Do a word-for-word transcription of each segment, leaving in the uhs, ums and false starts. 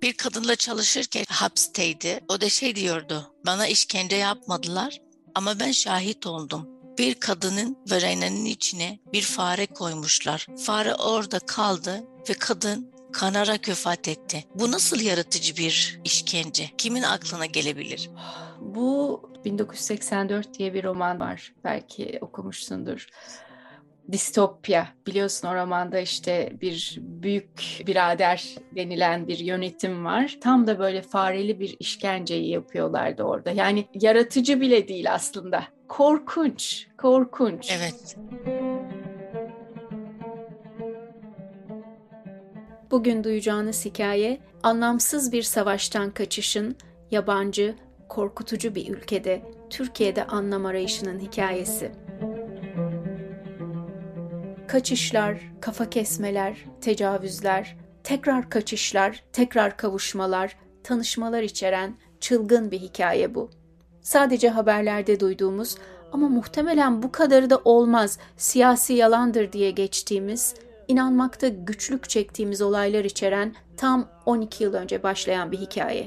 Bir kadınla çalışırken hapisteydi. O da şey diyordu. Bana işkence yapmadılar ama ben şahit oldum. Bir kadının vajinanın içine bir fare koymuşlar. Fare orada kaldı ve kadın kanarak vefat etti. Bu nasıl yaratıcı bir işkence? Kimin aklına gelebilir? Bu bin dokuz yüz seksen dört diye bir roman var. Belki okumuşsundur. Distopya. Biliyorsun o romanda işte bir büyük birader denilen bir yönetim var. Tam da böyle fareli bir işkenceyi yapıyorlardı orada. Yani yaratıcı bile değil aslında. Korkunç, korkunç. Evet. Bugün duyacağınız hikaye, anlamsız bir savaştan kaçışın, yabancı, korkutucu bir ülkede, Türkiye'de anlam arayışının hikayesi. Kaçışlar, kafa kesmeler, tecavüzler, tekrar kaçışlar, tekrar kavuşmalar, tanışmalar içeren çılgın bir hikaye bu. Sadece haberlerde duyduğumuz ama muhtemelen bu kadarı da olmaz, siyasi yalandır diye geçtiğimiz, inanmakta güçlük çektiğimiz olaylar içeren tam on iki yıl önce başlayan bir hikaye.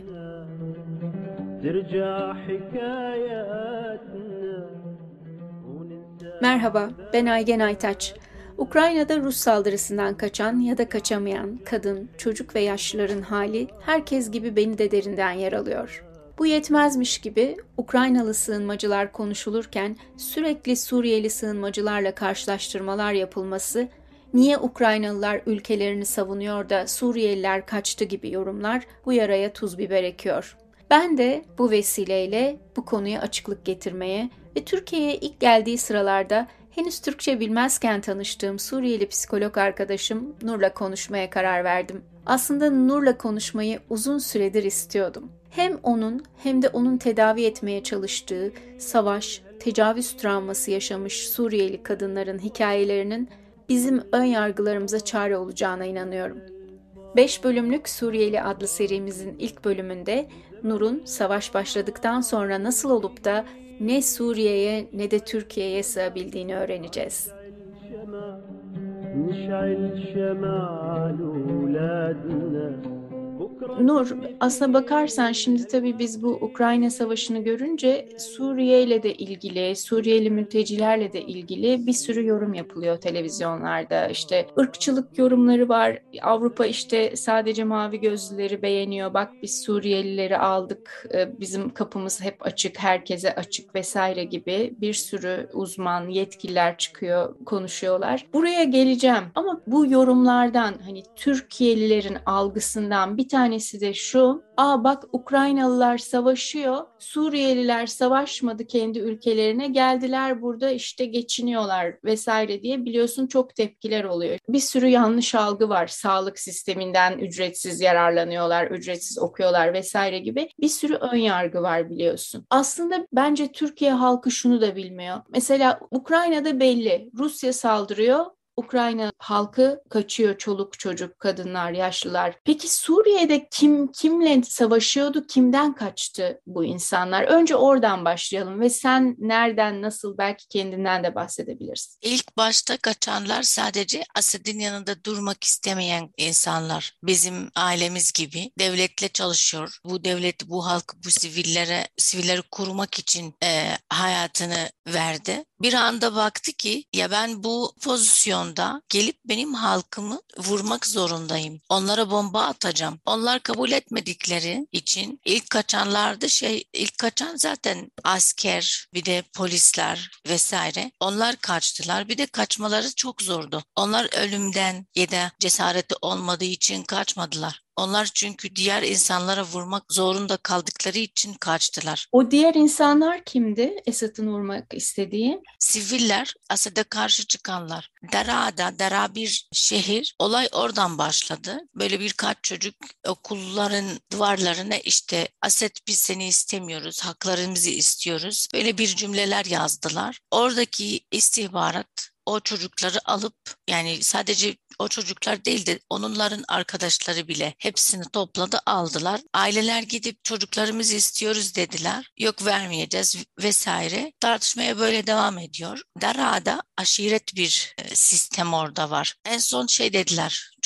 Merhaba, ben Aygen Aytaç. Ukrayna'da Rus saldırısından kaçan ya da kaçamayan kadın, çocuk ve yaşlıların hali herkes gibi beni de derinden yer alıyor. Bu yetmezmiş gibi Ukraynalı sığınmacılar konuşulurken sürekli Suriyeli sığınmacılarla karşılaştırmalar yapılması, niye Ukraynalılar ülkelerini savunuyor da Suriyeliler kaçtı gibi yorumlar bu yaraya tuz biber ekiyor. Ben de bu vesileyle bu konuya açıklık getirmeye ve Türkiye'ye ilk geldiği sıralarda henüz Türkçe bilmezken tanıştığım Suriyeli psikolog arkadaşım Nur'la konuşmaya karar verdim. Aslında Nur'la konuşmayı uzun süredir istiyordum. Hem onun hem de onun tedavi etmeye çalıştığı savaş, tecavüz travması yaşamış Suriyeli kadınların hikayelerinin bizim ön yargılarımıza çare olacağına inanıyorum. beş bölümlük Suriyeli adlı serimizin ilk bölümünde Nur'un savaş başladıktan sonra nasıl olup da ne Suriye'ye ne de Türkiye'ye sığabildiğini öğreneceğiz. Nur, aslına bakarsan şimdi tabii biz bu Ukrayna Savaşı'nı görünce Suriye ile de ilgili, Suriyeli mültecilerle de ilgili bir sürü yorum yapılıyor televizyonlarda. İşte ırkçılık yorumları var. Avrupa işte sadece mavi gözlüleri beğeniyor. Bak biz Suriyelileri aldık, bizim kapımız hep açık, herkese açık vesaire gibi bir sürü uzman, yetkililer çıkıyor, konuşuyorlar. Buraya geleceğim ama bu yorumlardan hani Türkiye'lilerin algısından bir tanesi de şu: aa bak Ukraynalılar savaşıyor, Suriyeliler savaşmadı kendi ülkelerine, geldiler burada işte geçiniyorlar vesaire diye biliyorsun çok tepkiler oluyor. Bir sürü yanlış algı var. Sağlık sisteminden ücretsiz yararlanıyorlar, ücretsiz okuyorlar vesaire gibi bir sürü ön yargı var biliyorsun. Aslında bence Türkiye halkı şunu da bilmiyor. Mesela Ukrayna'da belli, Rusya saldırıyor. Ukrayna halkı kaçıyor, çoluk çocuk, kadınlar, yaşlılar. Peki Suriye'de kim kimle savaşıyordu, kimden kaçtı bu insanlar? Önce oradan başlayalım ve sen nereden, nasıl, belki kendinden de bahsedebilirsin. İlk başta kaçanlar sadece Asad'ın yanında durmak istemeyen insanlar. Bizim ailemiz gibi devletle çalışıyor. Bu devlet, bu halk, bu sivillere, sivilleri korumak için e, hayatını verdi. Bir anda baktı ki ya ben bu pozisyonda gelip benim halkımı vurmak zorundayım. Onlara bomba atacağım. Onlar kabul etmedikleri için ilk kaçanlardı şey, ilk kaçan zaten asker, bir de polisler vesaire. Onlar kaçtılar. Bir de kaçmaları çok zordu. Onlar ölümden ya da cesareti olmadığı için kaçmadılar. Onlar çünkü diğer insanlara vurmak zorunda kaldıkları için kaçtılar. O diğer insanlar kimdi Esad'ın vurmak istediği? Siviller, Asad'a karşı çıkanlar. Dara'da, Dara bir şehir. Olay oradan başladı. Böyle birkaç çocuk okulların duvarlarına işte Asad biz seni istemiyoruz, haklarımızı istiyoruz. Böyle bir cümleler yazdılar. Oradaki istihbarat o çocukları alıp, yani sadece o çocuklar değil de onların arkadaşları bile hepsini topladı, aldılar. Aileler gidip çocuklarımızı istiyoruz dediler. Yok vermeyeceğiz vesaire. Tartışmaya böyle devam ediyor. Dara'da aşiret bir e, sistem orada var. En son şey dediler.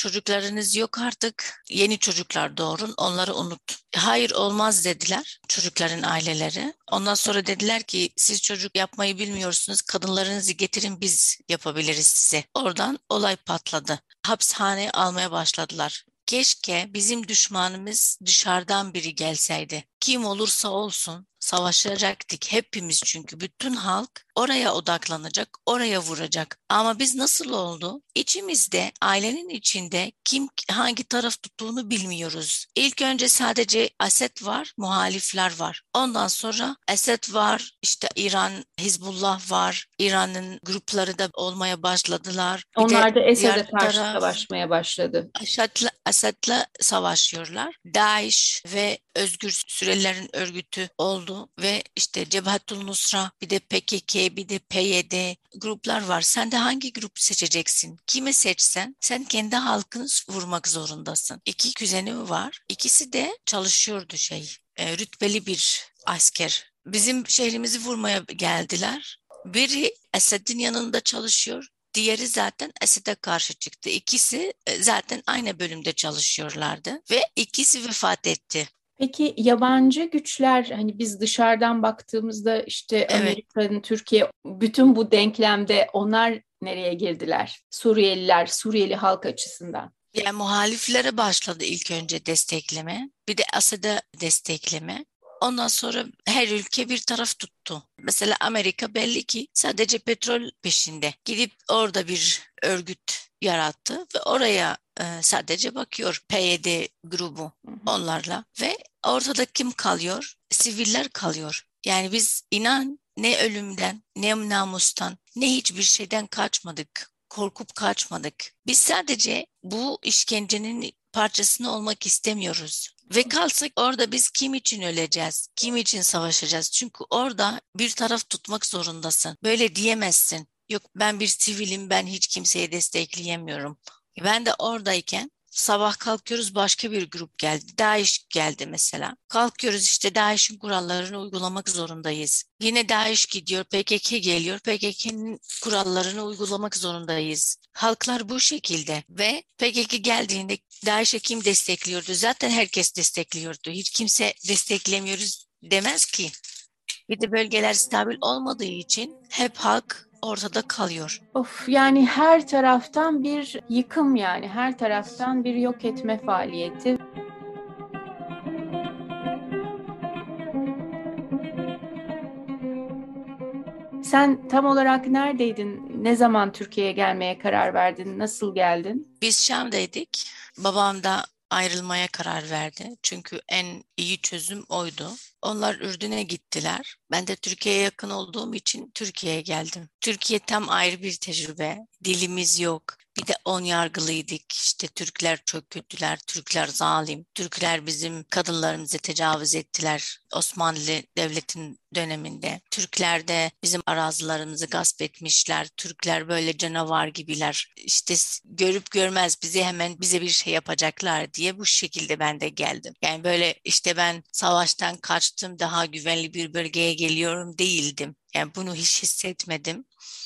çocuklarınız yok artık. Yeni çocuklar doğurun, onları unut. Hayır olmaz dediler çocukların aileleri. Ondan sonra dediler ki siz çocuk yapmayı bilmiyorsunuz. Kadınlarınızı getirin biz yapabiliriz size. Oradan olay patladı. Hapishaneye almaya başladılar. Keşke bizim düşmanımız dışarıdan biri gelseydi. Kim olursa olsun savaşacaktık hepimiz çünkü bütün halk oraya odaklanacak, oraya vuracak. Ama biz nasıl oldu? İçimizde, ailenin içinde kim hangi taraf tuttuğunu bilmiyoruz. İlk önce sadece Esed var, muhalifler var. Ondan sonra Esed var, işte İran, Hizbullah var. İran'ın grupları da olmaya başladılar. Bir de Onlar da diğer Esed'e karşı taraf savaşmaya başladı. Esad'la, Esad'la savaşıyorlar. DAEŞ ve Özgür Sürelilerin örgütü oldu ve işte Cebhetul Nusra, bir de P K K, bir de P Y D gruplar var. Sen de hangi grup seçeceksin? Kimi seçsen sen kendi halkını vurmak zorundasın. İki kuzenim var. İkisi de çalışıyordu şey, e, rütbeli bir asker. Bizim şehrimizi vurmaya geldiler. Biri Esed'in yanında çalışıyor. Diğeri zaten Esed'e karşı çıktı. İkisi e, zaten aynı bölümde çalışıyorlardı ve ikisi vefat etti. Peki yabancı güçler, hani biz dışarıdan baktığımızda işte Evet. Amerika'nın, Türkiye, bütün bu denklemde onlar nereye girdiler? Suriyeliler, Suriyeli halk açısından. Yani muhaliflere başladı ilk önce destekleme. Bir de Esed'e destekleme. Ondan sonra her ülke bir taraf tuttu. Mesela Amerika belli ki sadece petrol peşinde. Gidip orada bir örgüt yarattı ve oraya e, sadece bakıyor P Y D grubu Hı hı. onlarla ve ortada kim kalıyor? Siviller kalıyor. Yani biz inan ne ölümden, ne namustan, ne hiçbir şeyden kaçmadık. Korkup kaçmadık. Biz sadece bu işkencenin parçasını olmak istemiyoruz. Ve kalsak orada biz kim için öleceğiz? Kim için savaşacağız? Çünkü orada bir taraf tutmak zorundasın. Böyle diyemezsin. Yok ben bir sivilim, ben hiç kimseye destekleyemiyorum. Ben de oradayken sabah kalkıyoruz başka bir grup geldi. DAEŞ geldi mesela. Kalkıyoruz işte DAEŞ'in kurallarını uygulamak zorundayız. Yine DAEŞ gidiyor, P K K geliyor. P K K'nin kurallarını uygulamak zorundayız. Halklar bu şekilde ve P K K geldiğinde DAEŞ'e kim destekliyordu? Zaten herkes destekliyordu. Hiç kimse desteklemiyoruz demez ki. Bir de bölgeler stabil olmadığı için hep halk ortada kalıyor. Of, yani her taraftan bir yıkım, yani her taraftan bir yok etme faaliyeti. Sen tam olarak neredeydin? Ne zaman Türkiye'ye gelmeye karar verdin? Nasıl geldin? Biz Şam'daydık. Babam da ayrılmaya karar verdi. Çünkü en iyi çözüm oydu. Onlar Ürdün'e gittiler. Ben de Türkiye'ye yakın olduğum için Türkiye'ye geldim. Türkiye tam ayrı bir tecrübe. Dilimiz yok. Bir de on yargılıydık. İşte Türkler çok kötüler, Türkler zalim, Türkler bizim kadınlarımıza tecavüz ettiler. Osmanlı Devleti'nin döneminde. Türkler de bizim arazilerimizi gasp etmişler. Türkler böyle canavar gibiler. İşte görüp görmez bizi hemen bize bir şey yapacaklar diye bu şekilde ben de geldim. Yani böyle işte ben savaştan kaçtım, daha güvenli bir bölgeye geliyorum değildim. Yani bunu hiç hissetmedim.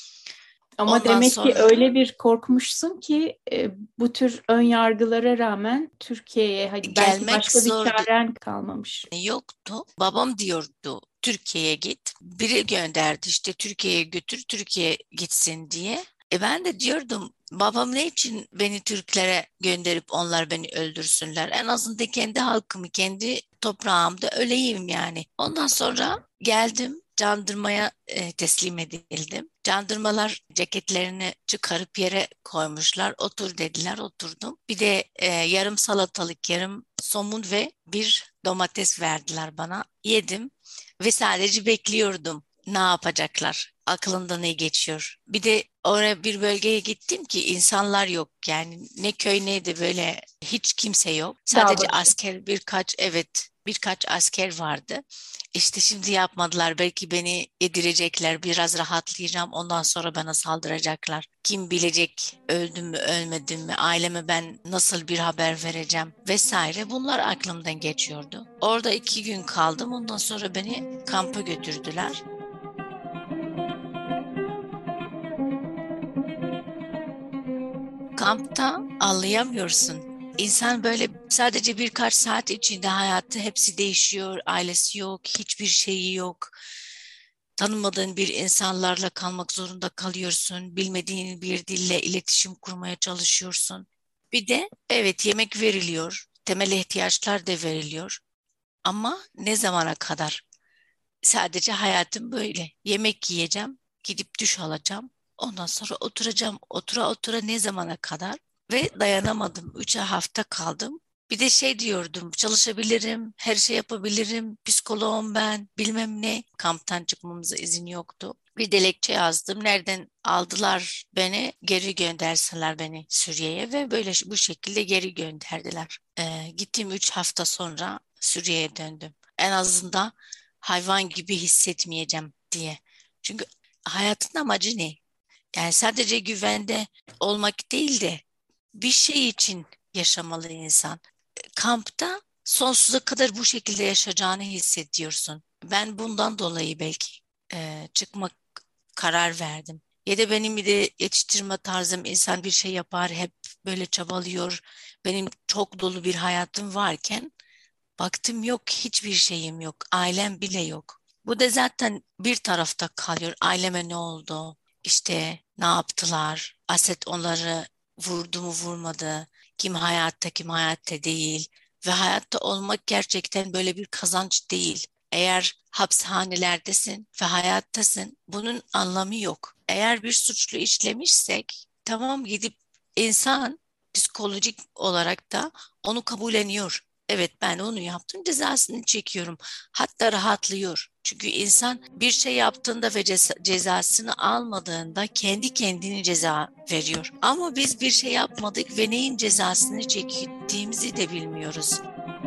Ama Ondan demek ki sonra öyle bir korkmuşsun ki e, bu tür ön yargılara rağmen Türkiye'ye, hadi belki gelmek başka bir zordu. çaren kalmamış. Yoktu. Babam diyordu Türkiye'ye git. Biri gönderdi işte Türkiye'ye götür, Türkiye gitsin diye. E ben de diyordum babam ne için beni Türklere gönderip onlar beni öldürsünler? En azından kendi halkımı, kendi toprağımda öleyim yani. Ondan sonra geldim. Jandarmaya e, teslim edildim. Jandarmalar ceketlerini çıkarıp yere koymuşlar. Otur dediler, oturdum. Bir de e, yarım salatalık, yarım somun ve bir domates verdiler bana. Yedim ve sadece bekliyordum. Ne yapacaklar? Aklında ne geçiyor? Bir de oraya bir bölgeye gittim ki insanlar yok. Yani ne köy ne de böyle hiç kimse yok. Dağ Sadece başı. asker birkaç evet birkaç asker vardı. İşte şimdi yapmadılar. Belki beni yedirecekler. Biraz rahatlayacağım. Ondan sonra bana saldıracaklar. Kim bilecek öldüm mü ölmedim mi? Aileme ben nasıl bir haber vereceğim? Vesaire. Bunlar aklımdan geçiyordu. Orada iki gün kaldım. Ondan sonra beni kampa götürdüler. Kampta anlayamıyorsun. İnsan böyle sadece birkaç saat içinde hayatı hepsi değişiyor. Ailesi yok, hiçbir şeyi yok. Tanımadığın bir insanlarla kalmak zorunda kalıyorsun. Bilmediğin bir dille iletişim kurmaya çalışıyorsun. Bir de evet, yemek veriliyor. Temel ihtiyaçlar da veriliyor. Ama ne zamana kadar? Sadece hayatım böyle. Yemek yiyeceğim, gidip duş alacağım. Ondan sonra oturacağım. Otura otura ne zamana kadar? Ve dayanamadım. Üç hafta kaldım. Bir de şey diyordum, çalışabilirim, her şey yapabilirim, psikoloğum ben, bilmem ne. Kamptan çıkmamıza izin yoktu. Bir dilekçe yazdım. Nereden aldılar beni, geri gönderseler beni Suriye'ye ve böyle bu şekilde geri gönderdiler. Ee, gittiğim üç hafta sonra Suriye'ye döndüm. En azından hayvan gibi hissetmeyeceğim diye. Çünkü hayatın amacı ne? Yani sadece güvende olmak değil de bir şey için yaşamalı insan. Kampta sonsuza kadar bu şekilde yaşayacağını hissediyorsun. Ben bundan dolayı belki e, çıkmak karar verdim. Ya da benim bir de yetiştirme tarzım, insan bir şey yapar hep böyle çabalıyor. Benim çok dolu bir hayatım varken baktım yok, hiçbir şeyim yok. Ailem bile yok. Bu da zaten bir tarafta kalıyor. Aileme ne oldu? İşte ne yaptılar? Aset onları vurdu mu vurmadı? Kim hayatta, kim hayatta değil? Ve hayatta olmak gerçekten böyle bir kazanç değil. Eğer hapishanelerdesin ve hayattasın, bunun anlamı yok. Eğer bir suçlu işlemişsek, tamam, gidip insan psikolojik olarak da onu kabulleniyor. Evet, ben onu yaptım, cezasını çekiyorum. Hatta rahatlıyor. Çünkü insan bir şey yaptığında ve ceza- cezasını almadığında kendi kendini ceza veriyor. Ama biz bir şey yapmadık ve neyin cezasını çektiğimizi de bilmiyoruz.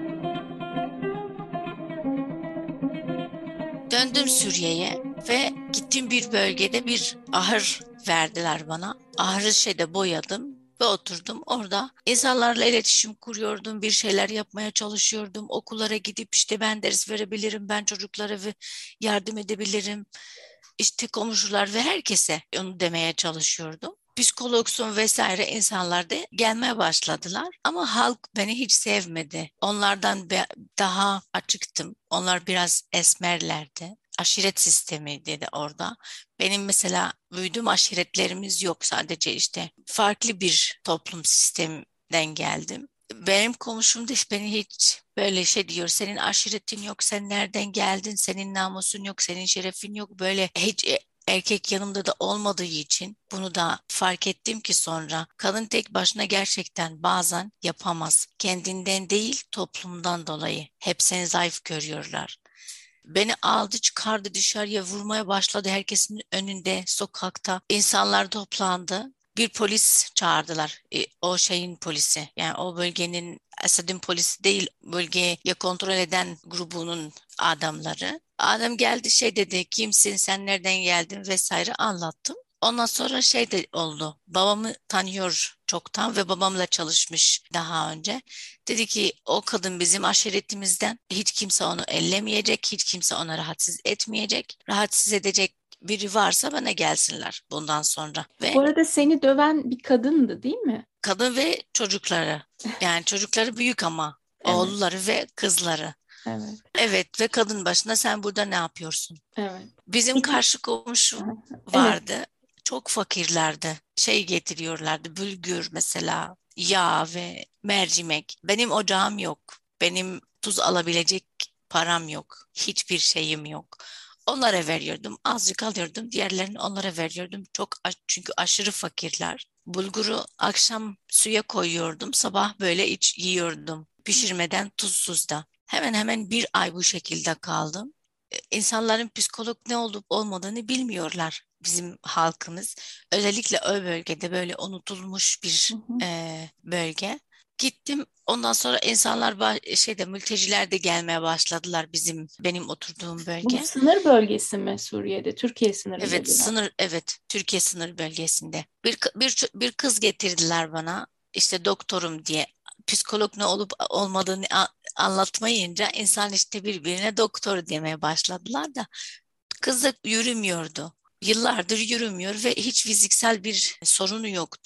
Döndüm Suriye'ye ve gittim, bir bölgede bir ahır verdiler bana. Ahırı şeyde boyadım ve oturdum orada. İnsanlarla iletişim kuruyordum, bir şeyler yapmaya çalışıyordum. Okullara gidip işte ben ders verebilirim, ben çocuklara ve yardım edebilirim. İşte komşular ve herkese onu demeye çalışıyordum. Psikologsun vesaire insanlar da gelmeye başladılar. Ama halk beni hiç sevmedi. Onlardan be- daha açıktım. Onlar biraz esmerlerdi. Aşiret sistemi dedi orada. Benim mesela büyüdüğüm aşiretlerimiz yok. Sadece işte farklı bir toplum sisteminden geldim. Benim komşum da beni hiç böyle şey diyor. Senin aşiretin yok, sen nereden geldin, senin namusun yok, senin şerefin yok. Böyle hiç e, erkek yanımda da olmadığı için bunu da fark ettim ki sonra kadın tek başına gerçekten bazen yapamaz. Kendinden değil, toplumdan dolayı. Hep seni zayıf görüyorlar. Beni aldı çıkardı, dışarıya vurmaya başladı herkesin önünde, sokakta. İnsanlar toplandı. Bir polis çağırdılar. E, o şeyin polisi. Yani o bölgenin, Esad'ın polisi değil, bölgeyi ya kontrol eden grubunun adamları. Adam geldi, şey dedi, kimsin, sen nereden geldin vesaire, anlattım. Ondan sonra şey de oldu. Babamı tanıyor çoktan ve babamla çalışmış daha önce. Dedi ki o kadın bizim aşiretimizden, hiç kimse onu ellemeyecek, hiç kimse ona rahatsız etmeyecek. Rahatsız edecek biri varsa bana gelsinler bundan sonra. Bu Ve arada seni döven bir kadındı, değil mi? kadın ve çocukları, yani çocukları büyük ama Evet, oğulları ve kızları. evet, Evet, ve kadın başına sen burada ne yapıyorsun? evet. Bizim Peki, karşı komşu evet. vardı. Çok fakirlerdi. Şey getiriyorlardı. Bülgür mesela, yağ ve mercimek. Benim ocağım yok. Benim tuz alabilecek param yok. Hiçbir şeyim yok. Onlara veriyordum. Azıcık alıyordum. Diğerlerini onlara veriyordum. Çok aç, çünkü aşırı fakirler. Bulguru akşam suya koyuyordum. Sabah böyle iç yiyordum. Pişirmeden, tuzsuz da. Hemen hemen bir ay bu şekilde kaldım. İnsanların psikolog ne olup olmadığını bilmiyorlar bizim halkımız. Özellikle o bölgede böyle unutulmuş Hı bir hı. e, bölge. Gittim. Ondan sonra insanlar ba- şeyde mülteciler de gelmeye başladılar bizim benim oturduğum Bu bölge. sınır bölgesi mi Suriye'de? Türkiye sınırında Evet, biraz. sınır, evet, Türkiye sınır bölgesinde. Bir kı- bir ç- bir kız getirdiler bana. İşte doktorum diye. Psikolog ne olup olmadığını a- anlatmayınca insan işte birbirine doktor demeye başladılar da kız da yürümüyordu. Yıllardır yürümüyor ve hiç fiziksel bir sorunu yoktu.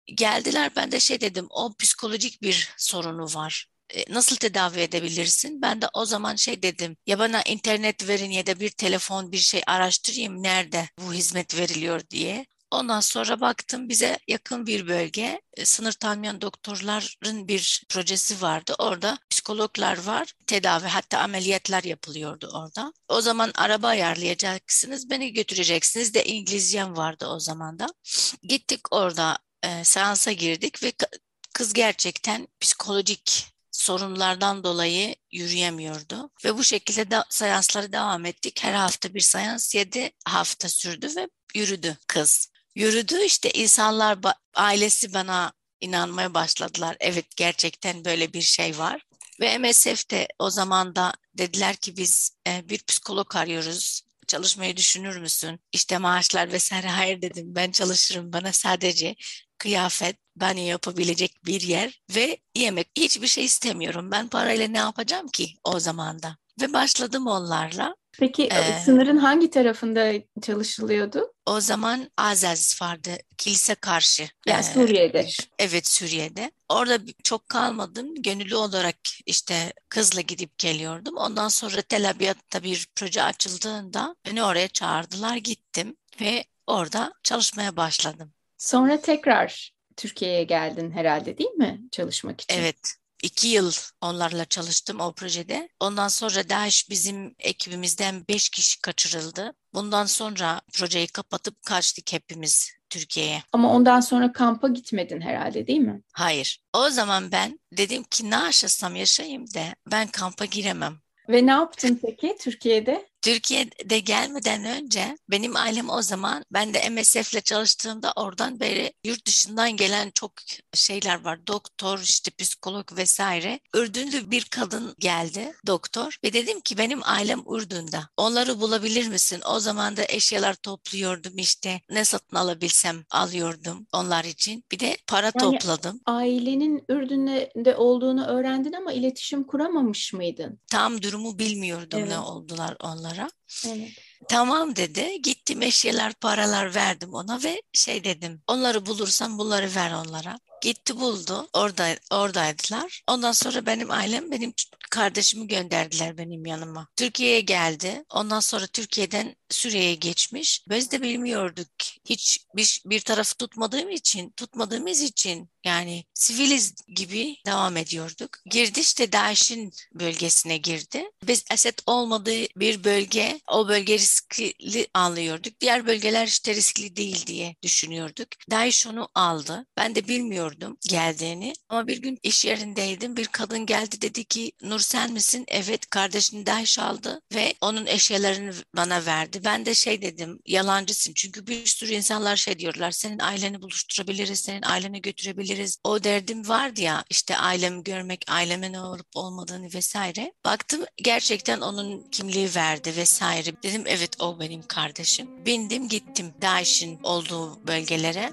geldiler, ben de şey dedim, o psikolojik bir sorunu var. E, Nasıl tedavi edebilirsin? Ben de o zaman şey dedim, ya bana internet verin ya da bir telefon bir şey araştırayım nerede bu hizmet veriliyor diye. Ondan sonra baktım bize yakın bir bölge, e, sınır tanımayan doktorların bir projesi vardı. Orada psikologlar var, tedavi hatta ameliyatlar yapılıyordu orada. O zaman araba ayarlayacaksınız, beni götüreceksiniz de İngilizcem vardı o zaman da. Gittik orada, e, seansa girdik ve ka- kız gerçekten psikolojik sorunlardan dolayı yürüyemiyordu. Ve bu şekilde de seansları devam ettik. Her hafta bir seans yedi hafta sürdü ve yürüdü kız. Yürüdü işte, insanlar, ba- ailesi bana inanmaya başladılar. Evet, gerçekten böyle bir şey var. Ve M S F'de o zaman da dediler ki biz e, bir psikolog arıyoruz. Çalışmayı düşünür müsün? İşte maaşlar vesaire. Hayır dedim, ben çalışırım. Bana sadece kıyafet, banyo yapabilecek bir yer ve yemek. Hiçbir şey istemiyorum. Ben parayla ne yapacağım ki o zaman da? Ve başladım onlarla. Peki e, Ee, sınırın hangi tarafında çalışılıyordu? O zaman Aziz vardı, kilise karşı Yani ee, Suriye'de. bir, evet, Suriye'de. Orada bir- çok kalmadım. Gönüllü olarak işte kızla gidip geliyordum. Ondan sonra Tel Abyad'da bir proje açıldığında beni oraya çağırdılar. Gittim ve orada çalışmaya başladım. Sonra tekrar Türkiye'ye geldin herhalde, değil mi? Çalışmak için. Evet, iki yıl onlarla çalıştım o projede. Ondan sonra DAEŞ bizim ekibimizden beş kişi kaçırıldı. Bundan sonra projeyi kapatıp kaçtık hepimiz Türkiye'ye. Ama ondan sonra kampa gitmedin herhalde, değil mi? Hayır. O zaman ben dedim ki ne yaşasam yaşayayım da ben kampa giremem. Ve ne yaptın peki Türkiye'de? Türkiye'de gelmeden önce benim ailem, o zaman ben de M S F'le çalıştığımda oradan beri yurt dışından gelen çok şeyler var. Doktor, işte psikolog vesaire. Ürdünlü bir kadın geldi, doktor, ve dedim ki benim ailem Ürdün'de. Onları bulabilir misin? O zaman da eşyalar topluyordum, işte ne satın alabilsem alıyordum onlar için. Bir de para Yani topladım. ailenin Ürdün'de olduğunu öğrendin ama iletişim kuramamış mıydın? Tam durumu bilmiyordum, ne Evet, oldular onlara. evet. Tamam dedi. Gittim, eşyalar, paralar verdim ona ve şey dedim, onları bulursam bunları ver onlara. Gitti buldu. Orada oradaydılar. Ondan sonra benim ailem benim kardeşimi gönderdiler benim yanıma. Türkiye'ye geldi. Ondan sonra Türkiye'den Suriye'ye geçmiş. Biz de bilmiyorduk. Hiç bir, bir tarafı tutmadığım için, tutmadığımız için yani siviliz gibi devam ediyorduk. Girdi işte, DAEŞ'in bölgesine girdi. Biz Esed olmadığı bir bölge, o bölge riskli anlıyorduk. Diğer bölgeler işte riskli değil diye düşünüyorduk. DAEŞ onu aldı. Ben de bilmiyordum geldiğini. Ama bir gün iş yerindeydim. Bir kadın geldi, dedi ki Nur sen misin? Evet, kardeşini DAEŞ aldı ve onun eşyalarını bana verdi. Ben de şey dedim, yalancısın. Çünkü bir sürü insanlar şey diyorlar, senin aileni buluşturabiliriz, senin aileni götürebiliriz. O derdim vardı ya, işte ailemi görmek, aileme ne olup olmadığını vesaire. Baktım gerçekten onun kimliği verdi vesaire. Dedim evet, o benim kardeşim. Bindim gittim DAEŞ'in olduğu bölgelere.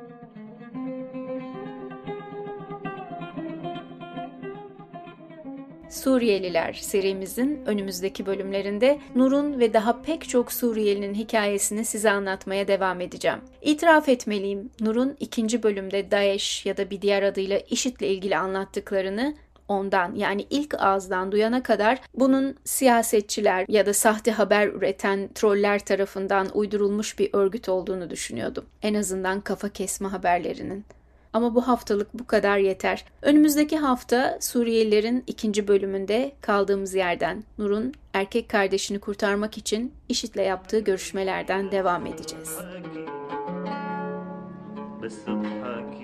Suriyeliler serimizin önümüzdeki bölümlerinde Nur'un ve daha pek çok Suriyelinin hikayesini size anlatmaya devam edeceğim. İtiraf etmeliyim, Nur'un ikinci bölümde DAEŞ ya da bir diğer adıyla IŞİD'le ilgili anlattıklarını ondan, yani ilk ağızdan duyana kadar bunun siyasetçiler ya da sahte haber üreten troller tarafından uydurulmuş bir örgüt olduğunu düşünüyordum. En azından kafa kesme haberlerinin. Ama bu haftalık bu kadar yeter. Önümüzdeki hafta Suriyelilerin ikinci bölümünde kaldığımız yerden Nur'un erkek kardeşini kurtarmak için IŞİD'le yaptığı görüşmelerden devam edeceğiz.